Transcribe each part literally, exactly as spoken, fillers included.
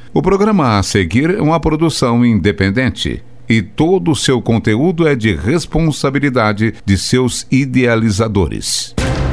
O programa a seguir é uma produção independente e todo o seu conteúdo é de responsabilidade de seus idealizadores.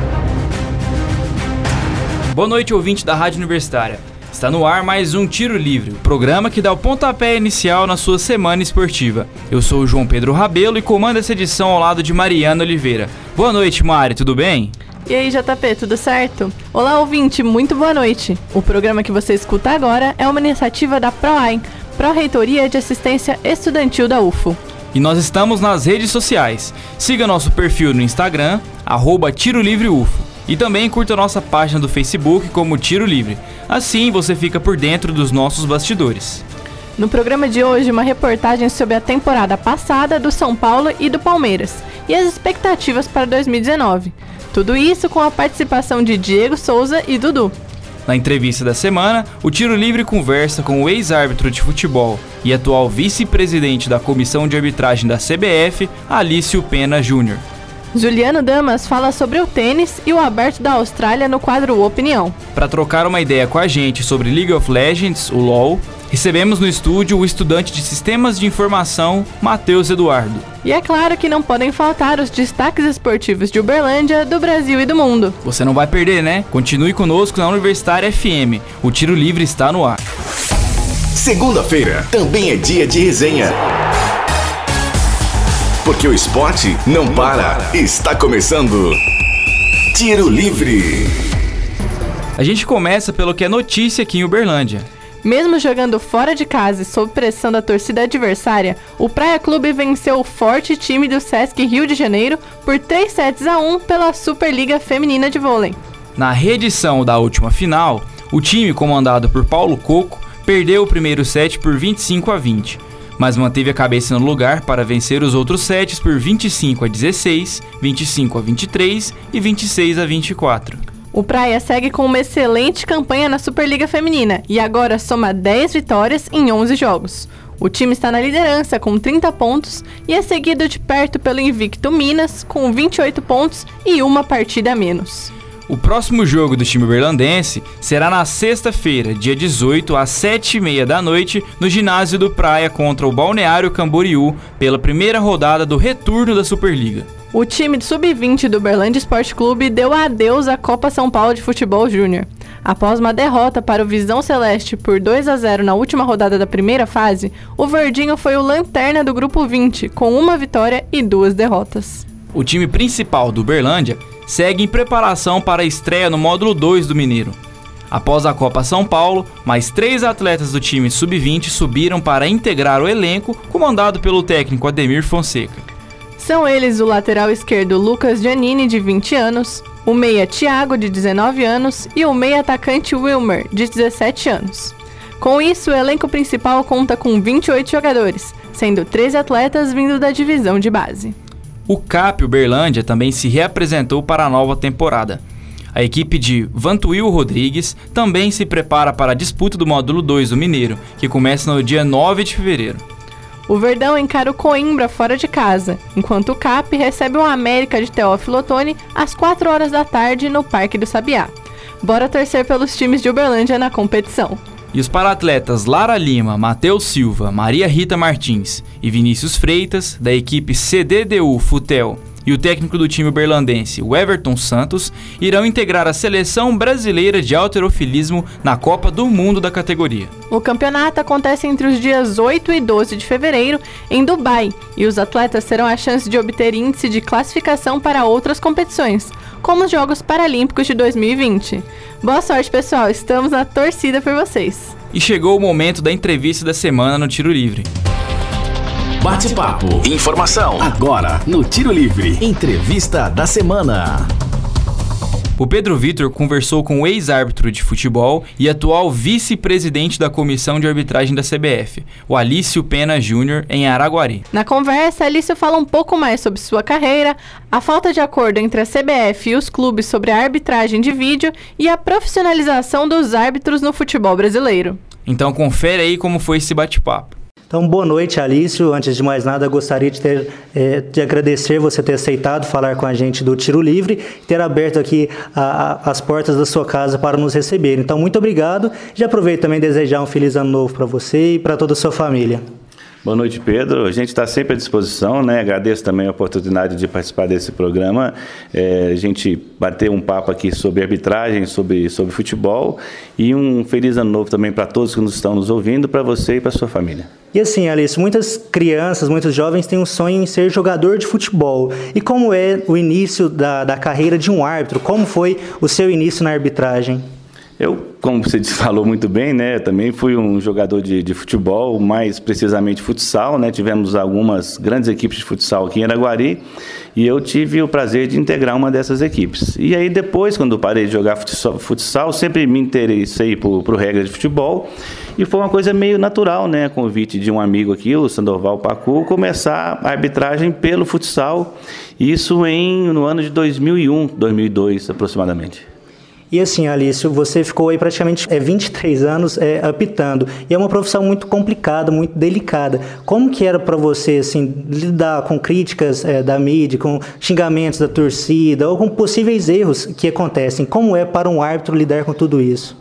Boa noite, ouvinte da Rádio Universitária. Está no ar mais um Tiro Livre, o programa que dá o pontapé inicial na sua semana esportiva. Eu sou o João Pedro Rabelo e comando essa edição ao lado de Mariana Oliveira. Boa noite, Mari, tudo bem? E aí, J P, tudo certo? Olá, ouvinte, muito boa noite. O programa que você escuta agora é uma iniciativa da PROAIN, Pró-Reitoria de Assistência Estudantil da U F O. E nós estamos nas redes sociais. Siga nosso perfil no Instagram, arroba Tiro Livre U F O. E também curta a nossa página do Facebook como Tiro Livre. Assim você fica por dentro dos nossos bastidores. No programa de hoje, uma reportagem sobre a temporada passada do São Paulo e do Palmeiras e as expectativas para dois mil e dezenove. Tudo isso com a participação de Diego Souza e Dudu. Na entrevista da semana, o Tiro Livre conversa com o ex-árbitro de futebol e atual vice-presidente da Comissão de Arbitragem da C B F, Alício Pena Júnior Juliano Damas fala sobre o tênis e o Aberto da Austrália no quadro Opinião. Para trocar uma ideia com a gente sobre League of Legends, o LoL, recebemos no estúdio o estudante de Sistemas de Informação, Matheus Eduardo. E é claro que não podem faltar os destaques esportivos de Uberlândia, do Brasil e do mundo. Você não vai perder, né? Continue conosco na Universitária F M. O Tiro Livre está no ar. Segunda-feira também é dia de resenha. Porque o esporte não para. Está começando Tiro Livre. A gente começa pelo que é notícia aqui em Uberlândia. Mesmo jogando fora de casa e sob pressão da torcida adversária, o Praia Clube venceu o forte time do Sesc Rio de Janeiro por três sets a um pela Superliga Feminina de Vôlei. Na reedição da última final, o time comandado por Paulo Coco perdeu o primeiro set por vinte e cinco a vinte, mas manteve a cabeça no lugar para vencer os outros sets por vinte e cinco a dezesseis, vinte e cinco a vinte e três e vinte e seis a vinte e quatro. O Praia segue com uma excelente campanha na Superliga Feminina e agora soma dez vitórias em onze jogos. O time está na liderança com trinta pontos e é seguido de perto pelo invicto Minas com vinte e oito pontos e uma partida a menos. O próximo jogo do time berlandense será na sexta-feira, dia dezoito, às sete e meia da noite, no ginásio do Praia contra o Balneário Camboriú, pela primeira rodada do retorno da Superliga. O time de sub vinte do Uberlândia Esporte Clube deu adeus à Copa São Paulo de Futebol Júnior. Após uma derrota para o Visão Celeste por dois a zero na última rodada da primeira fase, o Verdinho foi o lanterna do Grupo vinte, com uma vitória e duas derrotas. O time principal do Uberlândia segue em preparação para a estreia no módulo dois do Mineiro. Após a Copa São Paulo, mais três atletas do time sub vinte subiram para integrar o elenco, comandado pelo técnico Ademir Fonseca. São eles o lateral esquerdo Lucas Giannini, de vinte anos, o meia Thiago, de dezenove anos, e o meia atacante Wilmer, de dezessete anos. Com isso, o elenco principal conta com vinte e oito jogadores, sendo treze atletas vindo da divisão de base. O C A P Uberlândia também se reapresentou para a nova temporada. A equipe de Vantuil Rodrigues também se prepara para a disputa do módulo dois do Mineiro, que começa no dia nove de fevereiro. O Verdão encara o Coimbra fora de casa, enquanto o C A P recebe o América de Teófilo Otoni às quatro horas da tarde no Parque do Sabiá. Bora torcer pelos times de Uberlândia na competição. E os paratletas Lara Lima, Matheus Silva, Maria Rita Martins e Vinícius Freitas, da equipe C D D U Futel, e o técnico do time uberlandense, o Everton Santos, irão integrar a seleção brasileira de halterofilismo na Copa do Mundo da categoria. O campeonato acontece entre os dias oito e doze de fevereiro em Dubai e os atletas terão a chance de obter índice de classificação para outras competições, como os Jogos Paralímpicos de dois mil e vinte. Boa sorte, pessoal, estamos na torcida por vocês. E chegou o momento da entrevista da semana no Tiro Livre. Bate-papo, informação, agora no Tiro Livre, entrevista da semana. O Pedro Vitor conversou com o ex-árbitro de futebol e atual vice-presidente da Comissão de Arbitragem da C B F, o Alício Pena Júnior, em Araguari. Na conversa, Alício fala um pouco mais sobre sua carreira, a falta de acordo entre a C B F e os clubes sobre a arbitragem de vídeo e a profissionalização dos árbitros no futebol brasileiro. Então confere aí como foi esse bate-papo. Então, boa noite, Alício. Antes de mais nada, gostaria de, ter, é, de agradecer você ter aceitado falar com a gente do Tiro Livre e ter aberto aqui a, a, as portas da sua casa para nos receber. Então, muito obrigado. Já aproveito também desejar um feliz ano novo para você e para toda a sua família. Boa noite, Pedro. A gente está sempre à disposição, né? Agradeço também a oportunidade de participar desse programa. É, a gente bater um papo aqui sobre arbitragem, sobre, sobre futebol e um feliz ano novo também para todos que nos estão nos ouvindo, para você e para sua família. E assim, Alice, muitas crianças, muitos jovens têm um sonho em ser jogador de futebol. E como é o início da, da carreira de um árbitro? Como foi o seu início na arbitragem? Eu, como você falou muito bem, né, também fui um jogador de, de futebol, mais precisamente futsal, né, tivemos algumas grandes equipes de futsal aqui em Araguari e eu tive o prazer de integrar uma dessas equipes. E aí depois, quando eu parei de jogar futsal, futsal sempre me interessei por, por regras de futebol e foi uma coisa meio natural, né, convite de um amigo aqui, o Sandoval Pacu, começar a arbitragem pelo futsal, isso em, no ano de dois mil e um, dois mil e dois aproximadamente. E assim, Alício, você ficou aí praticamente é, vinte e três anos é, apitando. E é uma profissão muito complicada, muito delicada. Como que era para você assim, lidar com críticas é, da mídia, com xingamentos da torcida, ou com possíveis erros que acontecem? Como é para um árbitro lidar com tudo isso?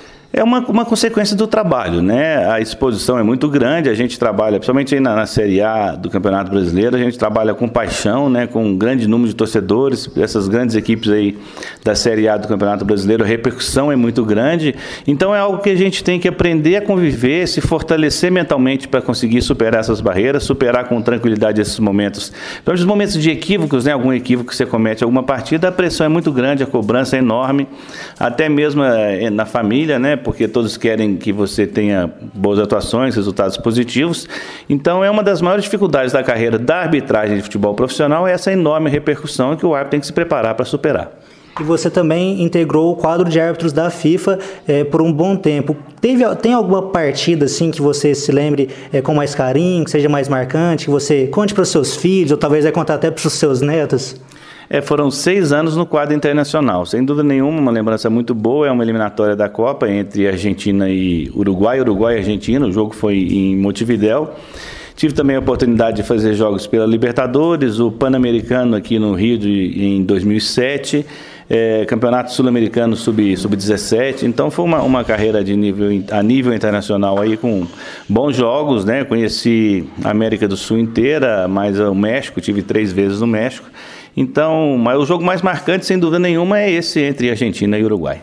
É uma, uma consequência do trabalho, né? A exposição é muito grande, a gente trabalha, principalmente aí na, na Série A do Campeonato Brasileiro, a gente trabalha com paixão, né? Com um grande número de torcedores, essas grandes equipes aí da Série A do Campeonato Brasileiro, a repercussão é muito grande, então é algo que a gente tem que aprender a conviver, se fortalecer mentalmente para conseguir superar essas barreiras, superar com tranquilidade esses momentos. Então, os momentos de equívocos, né? Algum equívoco que você comete em alguma partida, a pressão é muito grande, a cobrança é enorme, até mesmo é, na família, né? Porque todos querem que você tenha boas atuações, resultados positivos. Então, é uma das maiores dificuldades da carreira da arbitragem de futebol profissional, é essa enorme repercussão que o árbitro tem que se preparar para superar. E você também integrou o quadro de árbitros da FIFA é, por um bom tempo. Teve, tem alguma partida assim que você se lembre é, com mais carinho, que seja mais marcante, que você conte para os seus filhos, ou talvez vai contar até para os seus netos? É, foram seis anos no quadro internacional, sem dúvida nenhuma, uma lembrança muito boa, é uma eliminatória da Copa entre Argentina e Uruguai, Uruguai e Argentina, o jogo foi em Montevidéu. Tive também a oportunidade de fazer jogos pela Libertadores, o Pan-Americano aqui no Rio de, em dois mil e sete, é, Campeonato Sul-Americano sub dezessete, então foi uma, uma carreira de nível, a nível internacional aí com bons jogos, né? Conheci a América do Sul inteira, mas o México, tive três vezes no México. Então, mas o jogo mais marcante, sem dúvida nenhuma, é esse entre Argentina e Uruguai.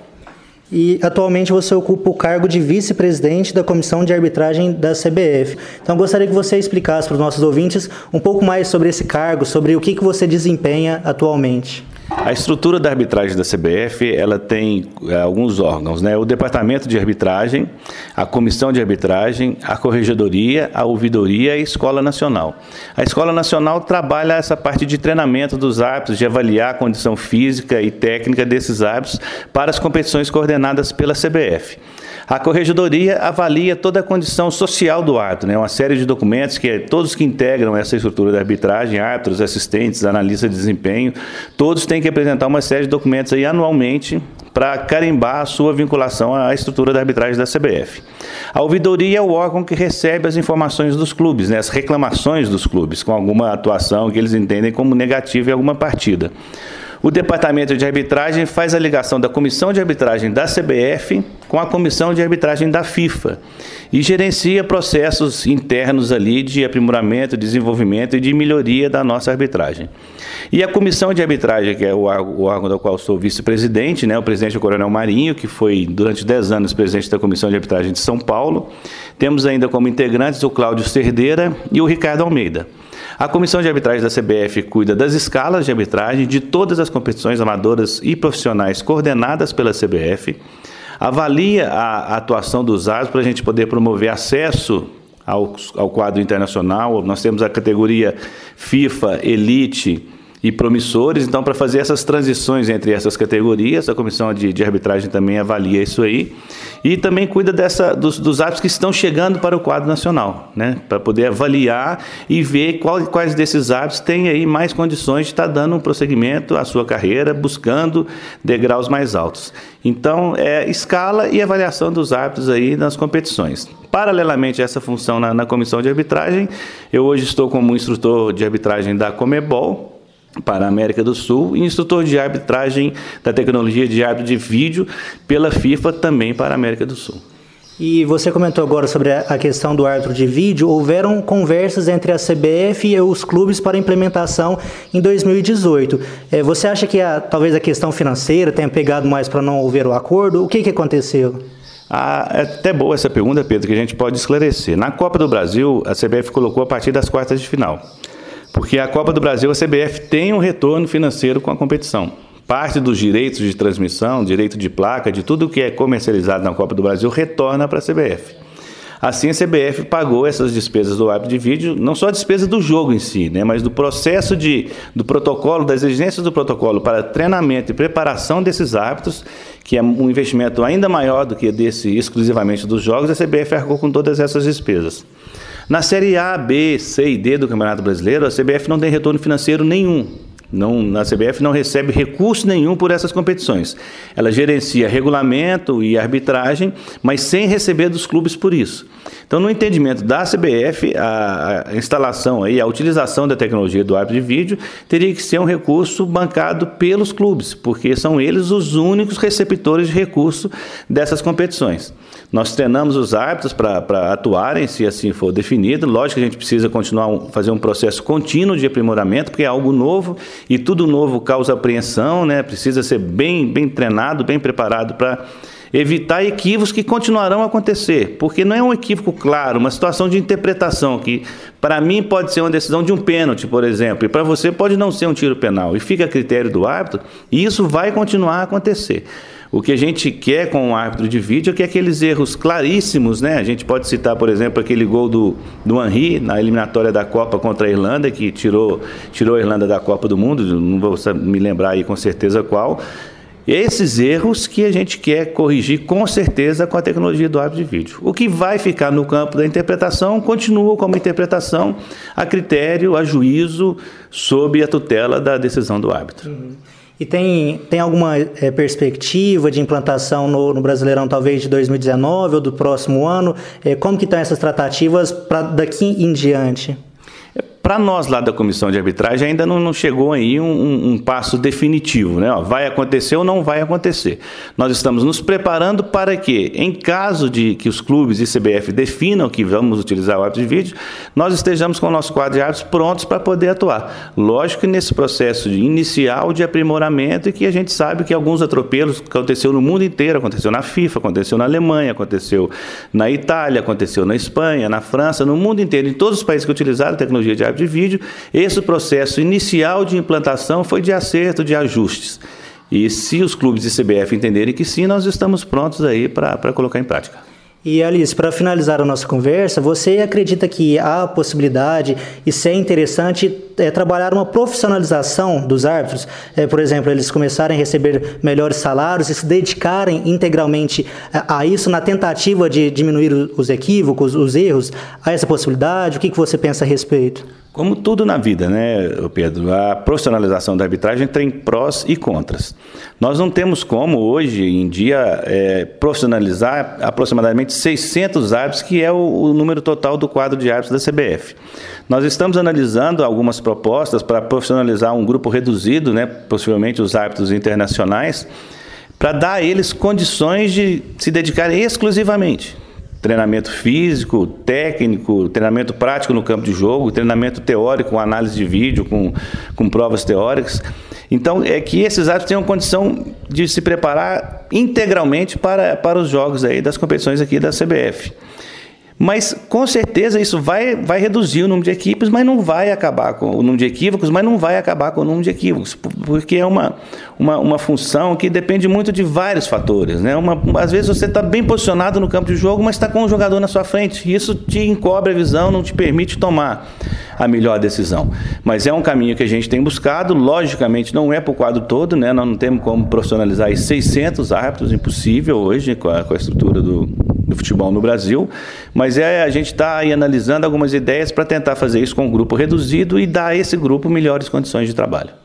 E atualmente você ocupa o cargo de vice-presidente da Comissão de Arbitragem da C B F. Então, gostaria que você explicasse para os nossos ouvintes um pouco mais sobre esse cargo, sobre o que, que você desempenha atualmente. A estrutura da arbitragem da C B F, ela tem é, alguns órgãos, né? O Departamento de Arbitragem, a Comissão de Arbitragem, a Corregedoria, a Ouvidoria e a Escola Nacional. A Escola Nacional trabalha essa parte de treinamento dos árbitros, de avaliar a condição física e técnica desses árbitros para as competições coordenadas pela C B F. A Corregedoria avalia toda a condição social do árbitro, né? Uma série de documentos que todos que integram essa estrutura da arbitragem, árbitros, assistentes, analistas de desempenho, todos têm que apresentar uma série de documentos aí anualmente para carimbar a sua vinculação à estrutura da arbitragem da C B F. A ouvidoria é o órgão que recebe as informações dos clubes, né? As reclamações dos clubes com alguma atuação que eles entendem como negativa em alguma partida. O Departamento de Arbitragem faz a ligação da Comissão de Arbitragem da C B F com a Comissão de Arbitragem da FIFA e gerencia processos internos ali de aprimoramento, desenvolvimento e de melhoria da nossa arbitragem. E a Comissão de Arbitragem, que é o órgão do qual sou vice-presidente, né, o presidente é o Coronel Marinho, que foi durante dez anos presidente da Comissão de Arbitragem de São Paulo. Temos ainda como integrantes o Cláudio Cerdeira e o Ricardo Almeida. A Comissão de Arbitragem da C B F cuida das escalas de arbitragem de todas as competições amadoras e profissionais coordenadas pela C B F, avalia a atuação dos árbitros para a gente poder promover acesso ao, ao quadro internacional. Nós temos a categoria FIFA, Elite e promissores, então para fazer essas transições entre essas categorias, a Comissão de, de Arbitragem também avalia isso aí e também cuida dessa, dos, dos árbitros que estão chegando para o quadro nacional, né? Para poder avaliar e ver qual, quais desses árbitros têm aí mais condições de estar dando um prosseguimento à sua carreira, buscando degraus mais altos. Então, é escala e avaliação dos árbitros aí nas competições. paralelamente a essa função na, na comissão de arbitragem, eu hoje estou como instrutor de arbitragem da Comebol para a América do Sul e instrutor de arbitragem da tecnologia de árbitro de vídeo pela FIFA também para a América do Sul. E você comentou agora sobre a questão do árbitro de vídeo. Houveram conversas entre a C B F e os clubes para implementação em dois mil e dezoito. É, você acha que a, talvez a questão financeira tenha pegado mais para não haver o acordo? O que, que aconteceu? Ah, é até boa essa pergunta, Pedro, que a gente pode esclarecer. Na Copa do Brasil, a C B F colocou a partir das quartas de final. Porque a Copa do Brasil, a C B F tem um retorno financeiro com a competição. Parte dos direitos de transmissão, direito de placa, de tudo que é comercializado na Copa do Brasil, retorna para a C B F. Assim, a C B F pagou essas despesas do árbitro de vídeo, não só a despesa do jogo em si, né, mas do processo de, do protocolo, das exigências do protocolo para treinamento e preparação desses árbitros, que é um investimento ainda maior do que desse exclusivamente dos jogos, a C B F arcou com todas essas despesas. Na Série A, B, C e D do Campeonato Brasileiro, a C B F não tem retorno financeiro nenhum. Não, a C B F não recebe recurso nenhum por essas competições. Ela gerencia regulamento e arbitragem, mas sem receber dos clubes por isso. Então, no entendimento da C B F, a, a instalação, aí, a utilização da tecnologia do árbitro de vídeo teria que ser um recurso bancado pelos clubes, porque são eles os únicos receptores de recurso dessas competições. Nós treinamos os árbitros para atuarem, se assim for definido. Lógico que a gente precisa continuar a fazer um processo contínuo de aprimoramento, porque é algo novo e tudo novo causa apreensão, né? Precisa ser bem, bem treinado, bem preparado para evitar equívocos que continuarão a acontecer, porque não é um equívoco claro, uma situação de interpretação que, para mim, pode ser uma decisão de um pênalti, por exemplo, e para você pode não ser um tiro penal, e fica a critério do árbitro, e isso vai continuar a acontecer. O que a gente quer com o árbitro de vídeo é que aqueles erros claríssimos, né? A gente pode citar, por exemplo, aquele gol do, do Henry na eliminatória da Copa contra a Irlanda, que tirou, tirou a Irlanda da Copa do Mundo, não vou me lembrar aí com certeza qual. Esses erros que a gente quer corrigir com certeza com a tecnologia do árbitro de vídeo. O que vai ficar no campo da interpretação continua como interpretação a critério, a juízo, sob a tutela da decisão do árbitro. Uhum. E tem, tem alguma é, perspectiva de implantação no, no Brasileirão, talvez de dois mil e dezenove ou do próximo ano? É, como que estão essas tratativas para daqui em diante? Para nós lá da comissão de arbitragem ainda não, não chegou aí um, um, um passo definitivo, né? Ó, vai acontecer ou não vai acontecer. Nós estamos nos preparando para que, em caso de que os clubes e C B F definam que vamos utilizar o árbitro de vídeo, nós estejamos com o nosso quadro de árbitros prontos para poder atuar. Lógico que nesse processo de inicial de aprimoramento e que a gente sabe que alguns atropelos aconteceu no mundo inteiro, aconteceu na FIFA, aconteceu na Alemanha, aconteceu na Itália, aconteceu na Espanha, na França, no mundo inteiro, em todos os países que utilizaram a tecnologia de árbitro de vídeo, esse processo inicial de implantação foi de acerto, de ajustes. E se os clubes e C B F entenderem que sim, nós estamos prontos aí para colocar em prática. E Alice, para finalizar a nossa conversa, você acredita que há a possibilidade e se é interessante é, trabalhar uma profissionalização dos árbitros? É, por exemplo, eles começarem a receber melhores salários e se dedicarem integralmente a, a isso na tentativa de diminuir os equívocos, os erros? Há essa possibilidade? O que, que você pensa a respeito? Como tudo na vida, né, Pedro? A profissionalização da arbitragem tem prós e contras. Nós não temos como, hoje em dia, é, profissionalizar aproximadamente seiscentos árbitros, que é o, o número total do quadro de árbitros da C B F. Nós estamos analisando algumas propostas para profissionalizar um grupo reduzido, né, possivelmente os árbitros internacionais, para dar a eles condições de se dedicarem exclusivamente. Treinamento físico, técnico, treinamento prático no campo de jogo, treinamento teórico, com análise de vídeo, com, com provas teóricas. Então, é que esses árbitros tenham condição de se preparar integralmente para, para os jogos aí das competições aqui da C B F. Mas, com certeza, isso vai, vai reduzir o número de equipes, mas não vai acabar com o número de equívocos, mas não vai acabar com o número de equívocos, porque é uma, uma, uma função que depende muito de vários fatores, né? Uma, às vezes você está bem posicionado no campo de jogo, mas está com um jogador na sua frente, e isso te encobre a visão, não te permite tomar a melhor decisão. Mas é um caminho que a gente tem buscado, logicamente não é para o quadro todo, né? Nós não temos como profissionalizar aí seiscentos árbitros, impossível hoje, com a, com a estrutura do, do futebol no Brasil, mas é, a gente está aí analisando algumas ideias para tentar fazer isso com um grupo reduzido e dar a esse grupo melhores condições de trabalho.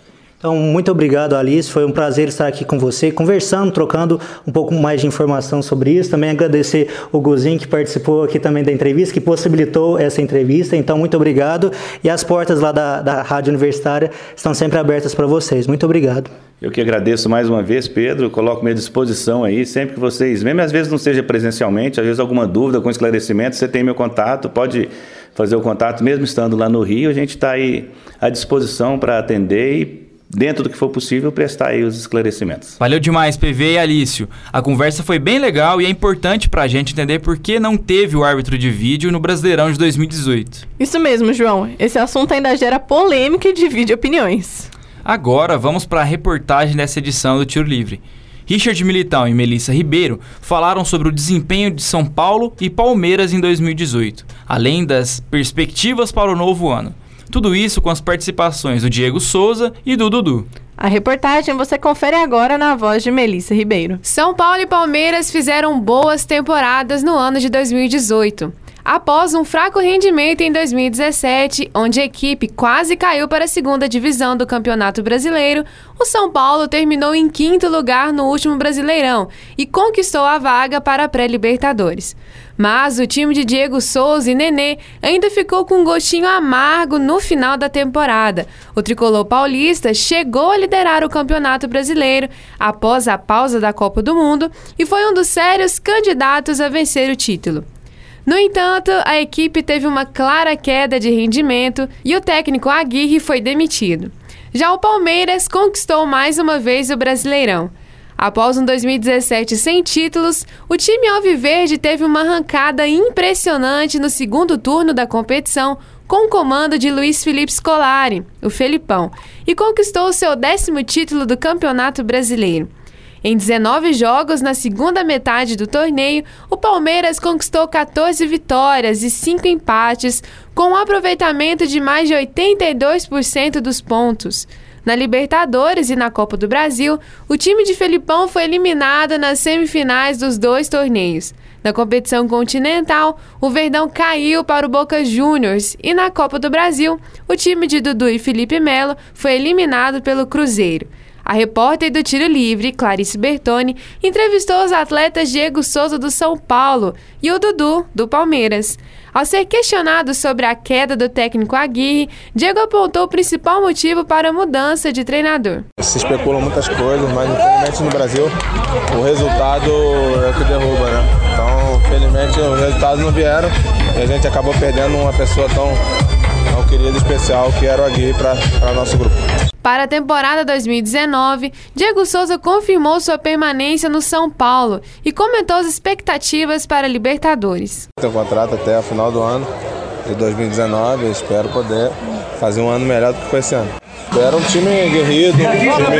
Então, muito obrigado, Alice. Foi um prazer estar aqui com você, conversando, trocando um pouco mais de informação sobre isso. Também agradecer o Guzinho, que participou aqui também da entrevista, que possibilitou essa entrevista. Então, muito obrigado. E as portas lá da, da Rádio Universitária estão sempre abertas para vocês. Muito obrigado. Eu que agradeço mais uma vez, Pedro. Coloco minha disposição aí, sempre que vocês, mesmo às vezes não seja presencialmente, às vezes alguma dúvida com esclarecimento, você tem meu contato, pode fazer o contato, mesmo estando lá no Rio, a gente está aí à disposição para atender e, dentro do que for possível, prestar aí os esclarecimentos. Valeu demais, P V e Alício. A conversa foi bem legal e é importante pra gente entender por que não teve o árbitro de vídeo no Brasileirão de dois mil e dezoito. Isso mesmo, João. Esse assunto ainda gera polêmica e divide opiniões. Agora, vamos para a reportagem dessa edição do Tiro Livre. Richard Militão e Melissa Ribeiro falaram sobre o desempenho de São Paulo e Palmeiras em dois mil e dezoito, além das perspectivas para o novo ano. Tudo isso com as participações do Diego Souza e do Dudu. A reportagem você confere agora na voz de Melissa Ribeiro. São Paulo e Palmeiras fizeram boas temporadas no ano de dois mil e dezoito. Após um fraco rendimento em dois mil e dezessete, onde a equipe quase caiu para a segunda divisão do Campeonato Brasileiro, o São Paulo terminou em quinto lugar no último Brasileirão e conquistou a vaga para a pré-Libertadores. Mas o time de Diego Souza e Nenê ainda ficou com um gostinho amargo no final da temporada. O tricolor paulista chegou a liderar o Campeonato Brasileiro após a pausa da Copa do Mundo e foi um dos sérios candidatos a vencer o título. No entanto, a equipe teve uma clara queda de rendimento e o técnico Aguirre foi demitido. Já o Palmeiras conquistou mais uma vez o Brasileirão. Após um dois mil e dezessete sem títulos, o time alviverde teve uma arrancada impressionante no segundo turno da competição com o comando de Luiz Felipe Scolari, o Felipão, e conquistou seu décimo título do Campeonato Brasileiro. Em dezenove jogos na segunda metade do torneio, o Palmeiras conquistou catorze vitórias e cinco empates, com um aproveitamento de mais de oitenta e dois por cento dos pontos. Na Libertadores e na Copa do Brasil, o time de Felipão foi eliminado nas semifinais dos dois torneios. Na competição continental, o Verdão caiu para o Boca Juniors e na Copa do Brasil, o time de Dudu e Felipe Melo foi eliminado pelo Cruzeiro. A repórter do Tiro Livre, Clarice Bertoni, entrevistou os atletas Diego Souza do São Paulo e o Dudu do Palmeiras. Ao ser questionado sobre a queda do técnico Aguirre, Diego apontou o principal motivo para a mudança de treinador. Se especulam muitas coisas, mas infelizmente no Brasil o resultado é o que derruba, né? Então, infelizmente os resultados não vieram e a gente acabou perdendo uma pessoa tão, tão querida e especial que era o Aguirre para o nosso grupo. Para a temporada dois mil e dezenove, Diego Souza confirmou sua permanência no São Paulo e comentou as expectativas para a Libertadores. Tenho contrato até o final do ano de dois mil e dezenove, eu espero poder fazer um ano melhor do que foi esse ano. Espero um time guerrido, um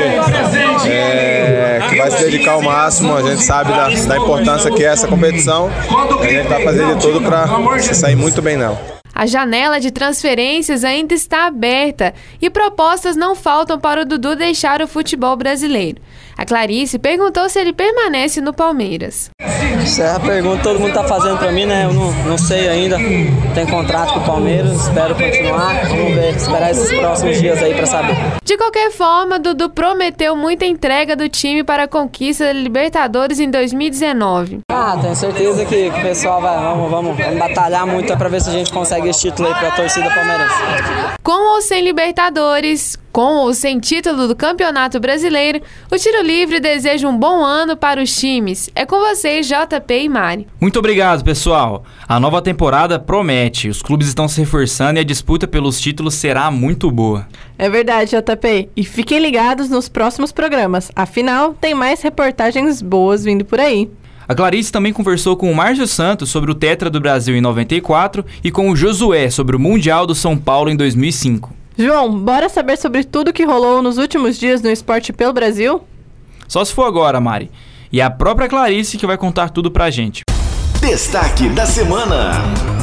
time é, que vai se dedicar ao máximo, a gente sabe da, da importância que é essa competição e a gente vai fazer de tudo para sair muito bem nela. A janela de transferências ainda está aberta e propostas não faltam para o Dudu deixar o futebol brasileiro. A Clarice perguntou se ele permanece no Palmeiras. Essa é a pergunta que todo mundo está fazendo para mim, né? Eu não, não sei ainda. Tem contrato com o Palmeiras, espero continuar. Vamos ver, esperar esses próximos dias aí para saber. De qualquer forma, Dudu prometeu muita entrega do time para a conquista da Libertadores em dois mil e dezenove. Ah, tenho certeza que, que o pessoal vai, vamos, vamos, vamos batalhar muito para ver se a gente consegue esse título aí para a torcida palmeirense. Com ou sem Libertadores, com ou sem título do Campeonato Brasileiro, o Tiro Livre deseja um bom ano para os times. É com vocês, J P e Mari. Muito obrigado, pessoal. A nova temporada promete. Os clubes estão se reforçando e a disputa pelos títulos será muito boa. É verdade, J P. E fiquem ligados nos próximos programas. Afinal, tem mais reportagens boas vindo por aí. A Clarice também conversou com o Márcio Santos sobre o Tetra do Brasil em noventa e quatro e com o Josué sobre o Mundial do São Paulo em dois mil e cinco. João, bora saber sobre tudo que rolou nos últimos dias no esporte pelo Brasil? Só se for agora, Mari. E é a própria Clarice que vai contar tudo pra gente. Destaque da semana.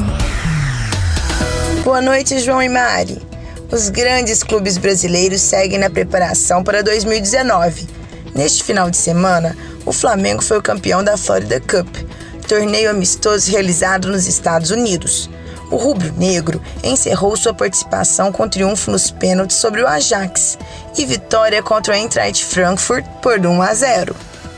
Boa noite, João e Mari. Os grandes clubes brasileiros seguem na preparação para dois mil e dezenove. Neste final de semana, o Flamengo foi o campeão da Florida Cup, torneio amistoso realizado nos Estados Unidos. O rubro-negro encerrou sua participação com triunfo nos pênaltis sobre o Ajax e vitória contra o Eintracht Frankfurt por um a zero.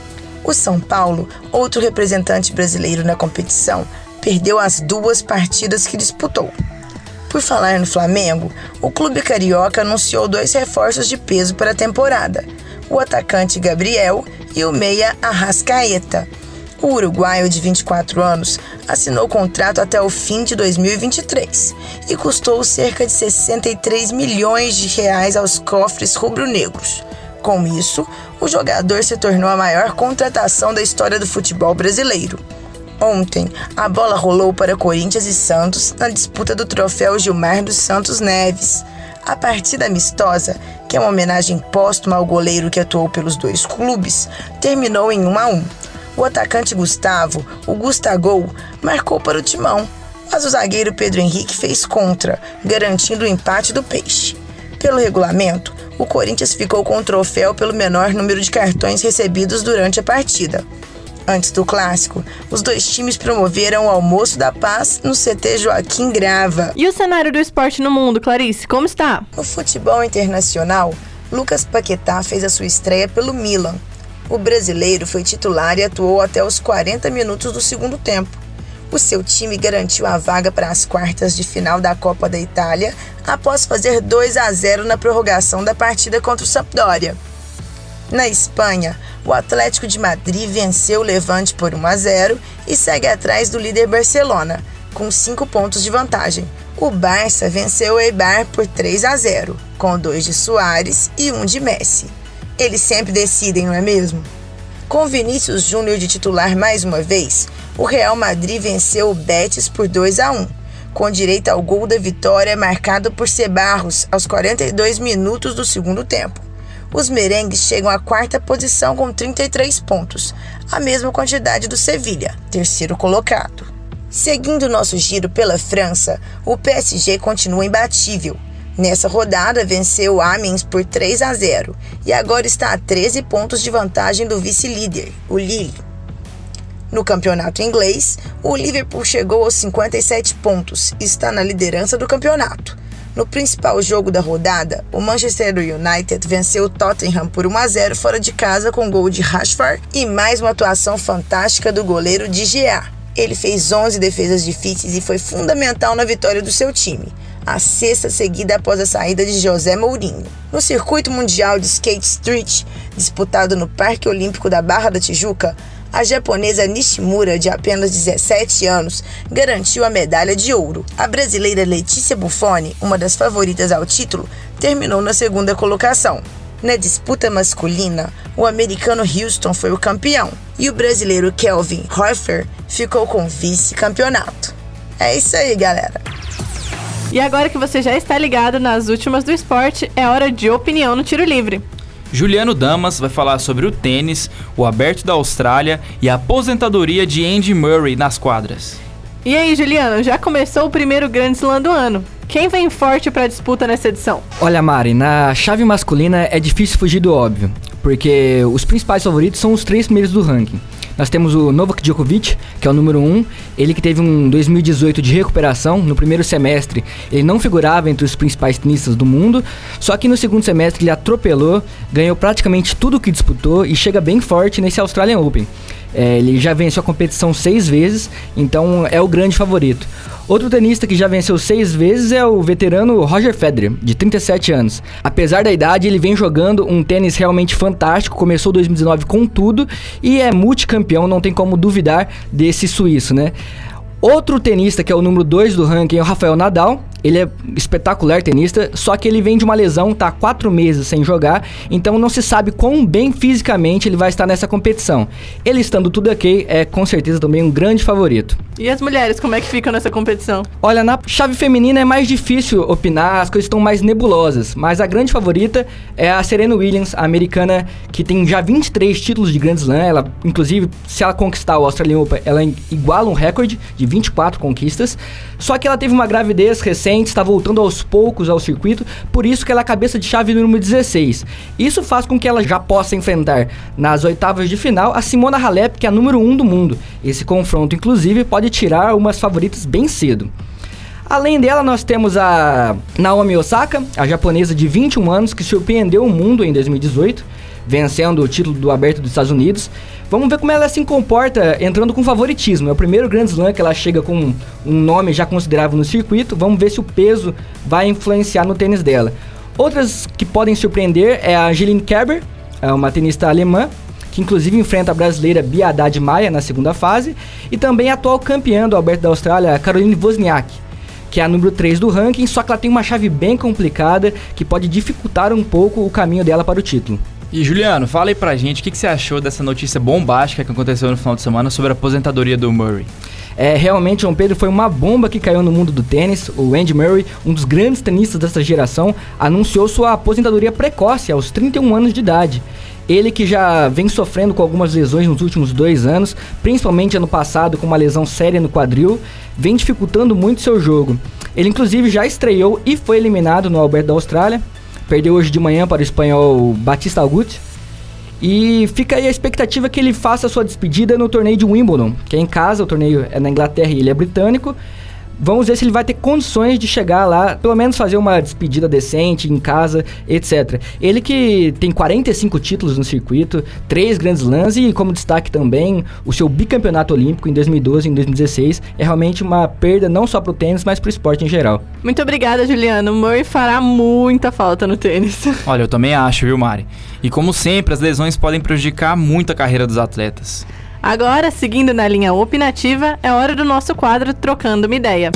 O São Paulo, outro representante brasileiro na competição, perdeu as duas partidas que disputou. Por falar no Flamengo, o clube carioca anunciou dois reforços de peso para a temporada: o atacante Gabriel e o meia Arrascaeta. O uruguaio de vinte e quatro anos assinou contrato até o fim de dois mil e vinte e três e custou cerca de sessenta e três milhões de reais aos cofres rubro-negros. Com isso, o jogador se tornou a maior contratação da história do futebol brasileiro. Ontem, a bola rolou para Corinthians e Santos na disputa do troféu Gilmar dos Santos Neves. A partida amistosa, que é uma homenagem póstuma ao goleiro que atuou pelos dois clubes, terminou em um a um. O atacante Gustavo, o Gustagol, marcou para o Timão, mas o zagueiro Pedro Henrique fez contra, garantindo o empate do Peixe. Pelo regulamento, o Corinthians ficou com o troféu pelo menor número de cartões recebidos durante a partida. Antes do clássico, os dois times promoveram o Almoço da Paz no C T Joaquim Grava. E o cenário do esporte no mundo, Clarice, como está? No futebol internacional, Lucas Paquetá fez a sua estreia pelo Milan. O brasileiro foi titular e atuou até os quarenta minutos do segundo tempo. O seu time garantiu a vaga para as quartas de final da Copa da Itália após fazer dois a zero na prorrogação da partida contra o Sampdoria. Na Espanha, o Atlético de Madrid venceu o Levante por um a zero e segue atrás do líder Barcelona, com cinco pontos de vantagem. O Barça venceu o Eibar por três a zero, com dois de Suárez e um de Messi. Eles sempre decidem, não é mesmo? Com Vinícius Júnior de titular mais uma vez, o Real Madrid venceu o Betis por dois a um, com direito ao gol da vitória marcado por Cebarros aos quarenta e dois minutos do segundo tempo. Os merengues chegam à quarta posição com trinta e três pontos, a mesma quantidade do Sevilha, terceiro colocado. Seguindo nosso giro pela França, o P S G continua imbatível. Nessa rodada, venceu o Amiens por três a zero e agora está a treze pontos de vantagem do vice-líder, o Lille. No campeonato inglês, o Liverpool chegou aos cinquenta e sete pontos e está na liderança do campeonato. No principal jogo da rodada, o Manchester United venceu o Tottenham por um a zero fora de casa com gol de Rashford e mais uma atuação fantástica do goleiro De Gea. Ele fez onze defesas difíceis e foi fundamental na vitória do seu time, a sexta seguida após a saída de José Mourinho. No circuito mundial de Skate Street, disputado no Parque Olímpico da Barra da Tijuca, a japonesa Nishimura, de apenas dezessete anos, garantiu a medalha de ouro. A brasileira Letícia Buffoni, uma das favoritas ao título, terminou na segunda colocação. Na disputa masculina, o americano Houston foi o campeão e o brasileiro Kelvin Hofer ficou com vice-campeonato. É isso aí, galera! E agora que você já está ligado nas últimas do esporte, é hora de opinião no Tiro Livre. Juliano Damas vai falar sobre o tênis, o Aberto da Austrália e a aposentadoria de Andy Murray nas quadras. E aí, Juliano, já começou o primeiro Grand Slam do ano. Quem vem forte para a disputa nessa edição? Olha, Mari, na chave masculina é difícil fugir do óbvio, porque os principais favoritos são os três primeiros do ranking. Nós temos o Novak Djokovic, que é o número um, ele que teve um dois mil e dezoito de recuperação. No primeiro semestre ele não figurava entre os principais tenistas do mundo, só que no segundo semestre ele atropelou, ganhou praticamente tudo o que disputou e chega bem forte nesse Australian Open. É, ele já venceu a competição seis vezes, então é o grande favorito. Outro tenista que já venceu seis vezes é o veterano Roger Federer, de trinta e sete anos. Apesar da idade, ele vem jogando um tênis realmente fantástico, começou dois mil e dezenove com tudo e é multicampeão, não tem como duvidar desse suíço, né? Outro tenista que é o número dois do ranking é o Rafael Nadal. Ele é espetacular tenista, só que ele vem de uma lesão, tá há quatro meses sem jogar, então não se sabe quão bem fisicamente ele vai estar nessa competição. Ele estando tudo ok, é com certeza também um grande favorito. E as mulheres, como é que ficam nessa competição? Olha, na chave feminina é mais difícil opinar, as coisas estão mais nebulosas, mas a grande favorita é a Serena Williams, a americana, que tem já vinte e três títulos de Grand Slam. Ela, inclusive, se ela conquistar o Australian Open, ela iguala um recorde de vinte e quatro conquistas, só que ela teve uma gravidez recente, está voltando aos poucos ao circuito, por isso que ela é a cabeça de chave número dezesseis. Isso faz com que ela já possa enfrentar nas oitavas de final a Simona Halep, que é a número um do mundo. Esse confronto, inclusive, pode tirar umas favoritas bem cedo. Além dela, nós temos a Naomi Osaka, a japonesa de vinte e um anos, que surpreendeu o mundo em dois mil e dezoito, vencendo o título do Aberto dos Estados Unidos. Vamos ver como ela se comporta entrando com favoritismo. É o primeiro Grand Slam que ela chega com um nome já considerável no circuito. Vamos ver se o peso vai influenciar no tênis dela. Outras que podem surpreender é a Jillian Kerber, é uma tenista alemã, que inclusive enfrenta a brasileira Bia Haddad Maia na segunda fase, e também a atual campeã do Aberto da Austrália, Caroline Wozniak, que é a número três do ranking, só que ela tem uma chave bem complicada que pode dificultar um pouco o caminho dela para o título. E Juliano, fala aí pra gente o que, que você achou dessa notícia bombástica que aconteceu no final de semana sobre a aposentadoria do Murray. É, realmente, João Pedro, foi uma bomba que caiu no mundo do tênis. O Andy Murray, um dos grandes tenistas dessa geração, anunciou sua aposentadoria precoce aos trinta e um anos de idade. Ele que já vem sofrendo com algumas lesões nos últimos dois anos, principalmente ano passado com uma lesão séria no quadril, vem dificultando muito seu jogo. Ele inclusive já estreou e foi eliminado no Aberto da Austrália, perdeu hoje de manhã para o espanhol Batista Agut, e fica aí a expectativa que ele faça a sua despedida no torneio de Wimbledon, que é em casa, o torneio é na Inglaterra e ele é britânico. Vamos ver se ele vai ter condições de chegar lá, pelo menos fazer uma despedida decente em casa, etcétera. Ele que tem quarenta e cinco títulos no circuito, três Grand Slams e, como destaque também, o seu bicampeonato olímpico em dois mil e doze e em dois mil e dezesseis. É realmente uma perda não só para o tênis, mas para o esporte em geral. Muito obrigada, Juliano. O Murray fará muita falta no tênis. Olha, eu também acho, viu, Mari? E como sempre, as lesões podem prejudicar muito a carreira dos atletas. Agora, seguindo na linha opinativa, é hora do nosso quadro Trocando uma Ideia.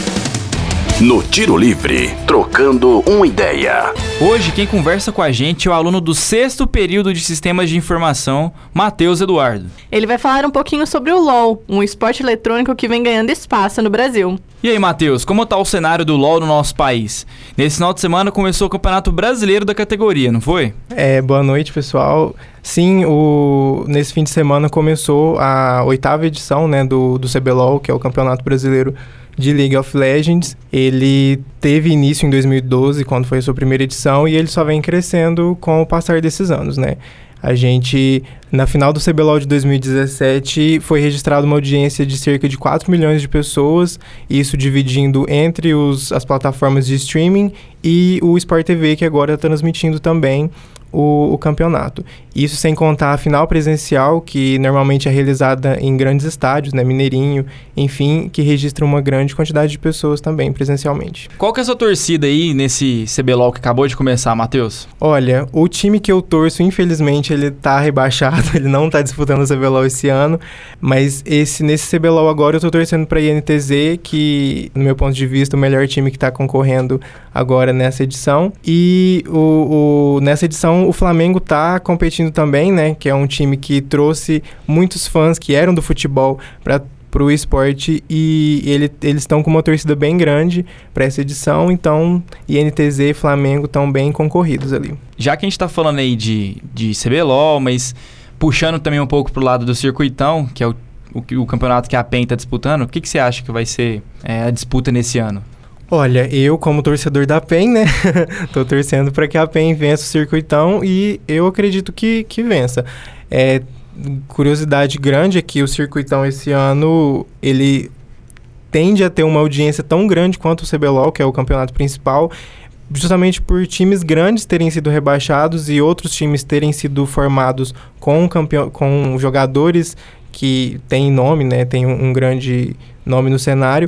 No Tiro Livre, Trocando uma Ideia. Hoje, quem conversa com a gente é o aluno do sexto período de Sistemas de Informação, Matheus Eduardo. Ele vai falar um pouquinho sobre o LoL, um esporte eletrônico que vem ganhando espaço no Brasil. E aí, Matheus, como está o cenário do LoL no nosso país? Nesse final de semana começou o Campeonato Brasileiro da categoria, não foi? É, boa noite, pessoal. Sim, o, nesse fim de semana começou a oitava edição, né, do, do C B LOL, que é o Campeonato Brasileiro de League of Legends. Ele teve início em dois mil e doze, quando foi a sua primeira edição, e ele só vem crescendo com o passar desses anos, né? A gente, na final do C B LOL de dois mil e dezessete, foi registrada uma audiência de cerca de quatro milhões de pessoas, isso dividindo entre os, as plataformas de streaming e o Sport T V, que agora está transmitindo também o, o campeonato. Isso sem contar a final presencial, que normalmente é realizada em grandes estádios, né, Mineirinho, enfim, que registra uma grande quantidade de pessoas também presencialmente. Qual que é a sua torcida aí nesse C B LOL que acabou de começar, Matheus? Olha, o time que eu torço, infelizmente, ele tá rebaixado, ele não tá disputando o C B LOL esse ano, mas esse, nesse C B LOL agora eu tô torcendo pra I N T Z, que, no meu ponto de vista, o melhor time que tá concorrendo agora nessa edição. E o, o, nessa edição o Flamengo tá competindo também, né, que é um time que trouxe muitos fãs que eram do futebol para pro esporte, e ele, eles estão com uma torcida bem grande para essa edição, então I N T Z e Flamengo estão bem concorridos ali. Já que a gente tá falando aí de, de C B LOL, mas puxando também um pouco pro lado do circuitão, que é o, o, o campeonato que a PEN tá disputando, o que, que você acha que vai ser é, a disputa nesse ano? Olha, eu como torcedor da PEN, né, tô torcendo para que a PEN vença o circuitão, e eu acredito que, que vença. É, curiosidade grande é que o circuitão esse ano, ele tende a ter uma audiência tão grande quanto o C B LOL, que é o campeonato principal, justamente por times grandes terem sido rebaixados e outros times terem sido formados com, campeão, com jogadores que têm nome, né, tem um, um grande nome no cenário,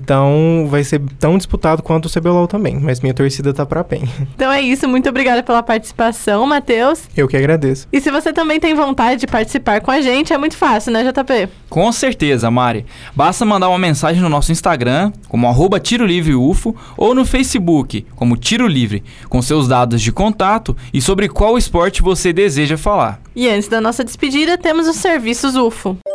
então vai ser tão disputado quanto o C B LOL também, mas minha torcida tá pra PEN. Então é isso, muito obrigada pela participação, Matheus. Eu que agradeço. E se você também tem vontade de participar com a gente, é muito fácil, né, J P? Com certeza, Mari. Basta mandar uma mensagem no nosso Instagram, como arroba Tiro Livre U F O, ou no Facebook, como Tiro Livre, com seus dados de contato e sobre qual esporte você deseja falar. E antes da nossa despedida, temos os serviços U F O.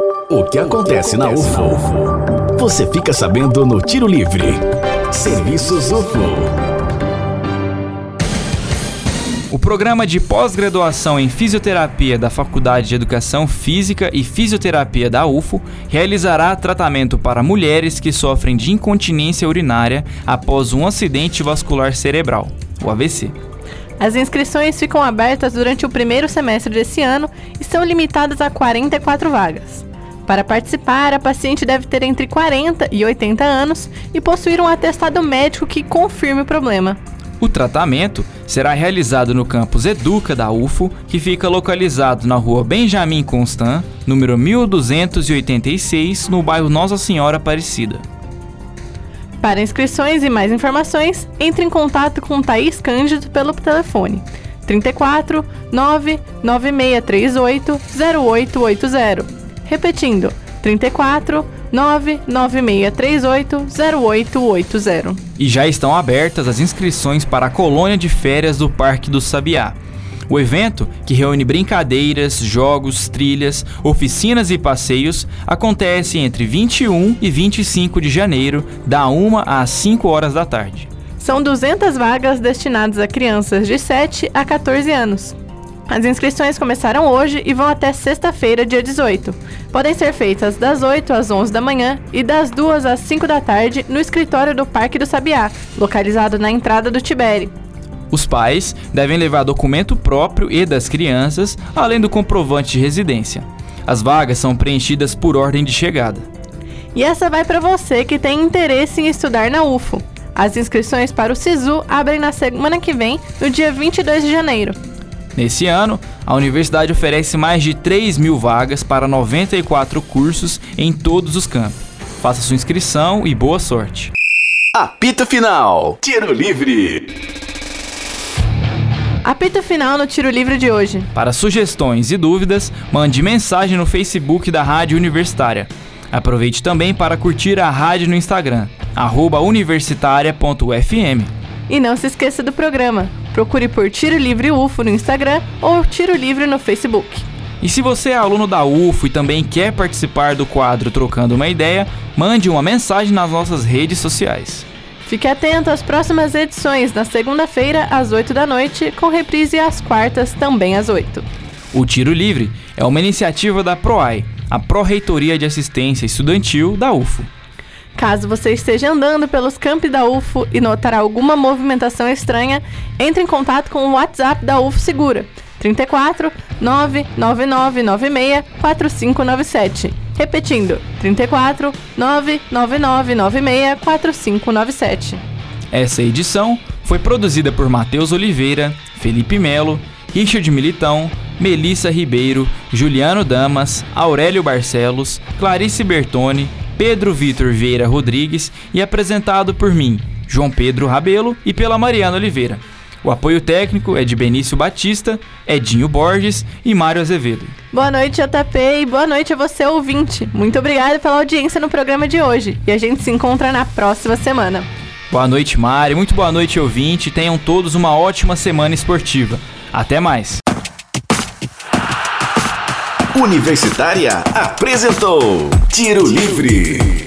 O que acontece na U F O? Você fica sabendo no Tiro Livre. Serviços U F O. O programa de pós-graduação em fisioterapia da Faculdade de Educação Física e Fisioterapia da U F O realizará tratamento para mulheres que sofrem de incontinência urinária após um acidente vascular cerebral, o A V C. As inscrições ficam abertas durante o primeiro semestre desse ano e são limitadas a quarenta e quatro vagas. Para participar, a paciente deve ter entre quarenta e oitenta anos e possuir um atestado médico que confirme o problema. O tratamento será realizado no campus Educa da U F O, que fica localizado na rua Benjamin Constant, número mil duzentos e oitenta e seis, no bairro Nossa Senhora Aparecida. Para inscrições e mais informações, entre em contato com Thaís Cândido pelo telefone trinta e quatro, nove nove seis três oito, zero oito oito zero. Repetindo, trinta e quatro, nove nove seis três oito, zero oito oito zero. E já estão abertas as inscrições para a colônia de férias do Parque do Sabiá. O evento, que reúne brincadeiras, jogos, trilhas, oficinas e passeios, acontece entre vinte e um e vinte e cinco de janeiro, da uma às cinco horas da tarde. São duzentas vagas destinadas a crianças de sete a quatorze anos. As inscrições começaram hoje e vão até sexta-feira, dia dezoito. Podem ser feitas das oito às onze da manhã e das duas às cinco da tarde no escritório do Parque do Sabiá, localizado na entrada do Tibere. Os pais devem levar documento próprio e das crianças, além do comprovante de residência. As vagas são preenchidas por ordem de chegada. E essa vai para você que tem interesse em estudar na U F O. As inscrições para o SISU abrem na semana que vem, no dia vinte e dois de janeiro. Nesse ano, a universidade oferece mais de três mil vagas para noventa e quatro cursos em todos os campos. Faça sua inscrição e boa sorte. Apito Final, Tiro Livre. Apito final no Tiro Livre de hoje. Para sugestões e dúvidas, mande mensagem no Facebook da Rádio Universitária. Aproveite também para curtir a rádio no Instagram, arroba universitária ponto f m. E não se esqueça do programa. Procure por Tiro Livre U F O no Instagram ou Tiro Livre no Facebook. E se você é aluno da U F O e também quer participar do quadro Trocando uma Ideia, mande uma mensagem nas nossas redes sociais. Fique atento às próximas edições, na segunda-feira, às oito da noite, com reprise às quartas, também às oito. O Tiro Livre é uma iniciativa da PROAI, a Pró-Reitoria de Assistência Estudantil da U F O. Caso você esteja andando pelos campi da U F O e notar alguma movimentação estranha, entre em contato com o WhatsApp da U F O Segura, trinta e quatro, nove nove nove nove seis, quatro cinco nove sete. Repetindo, trinta e quatro, nove nove nove nove seis, quatro cinco nove sete. Essa edição foi produzida por Matheus Oliveira, Felipe Melo, Richard Militão, Melissa Ribeiro, Juliano Damas, Aurélio Barcelos, Clarice Bertoni, Pedro Vitor Vieira Rodrigues e apresentado por mim, João Pedro Rabelo, e pela Mariana Oliveira. O apoio técnico é de Benício Batista, Edinho Borges e Mário Azevedo. Boa noite, J P, e boa noite a você, ouvinte. Muito obrigado pela audiência no programa de hoje. E a gente se encontra na próxima semana. Boa noite, Mari. Muito boa noite, ouvinte. Tenham todos uma ótima semana esportiva. Até mais. Universitária apresentou Tiro Livre.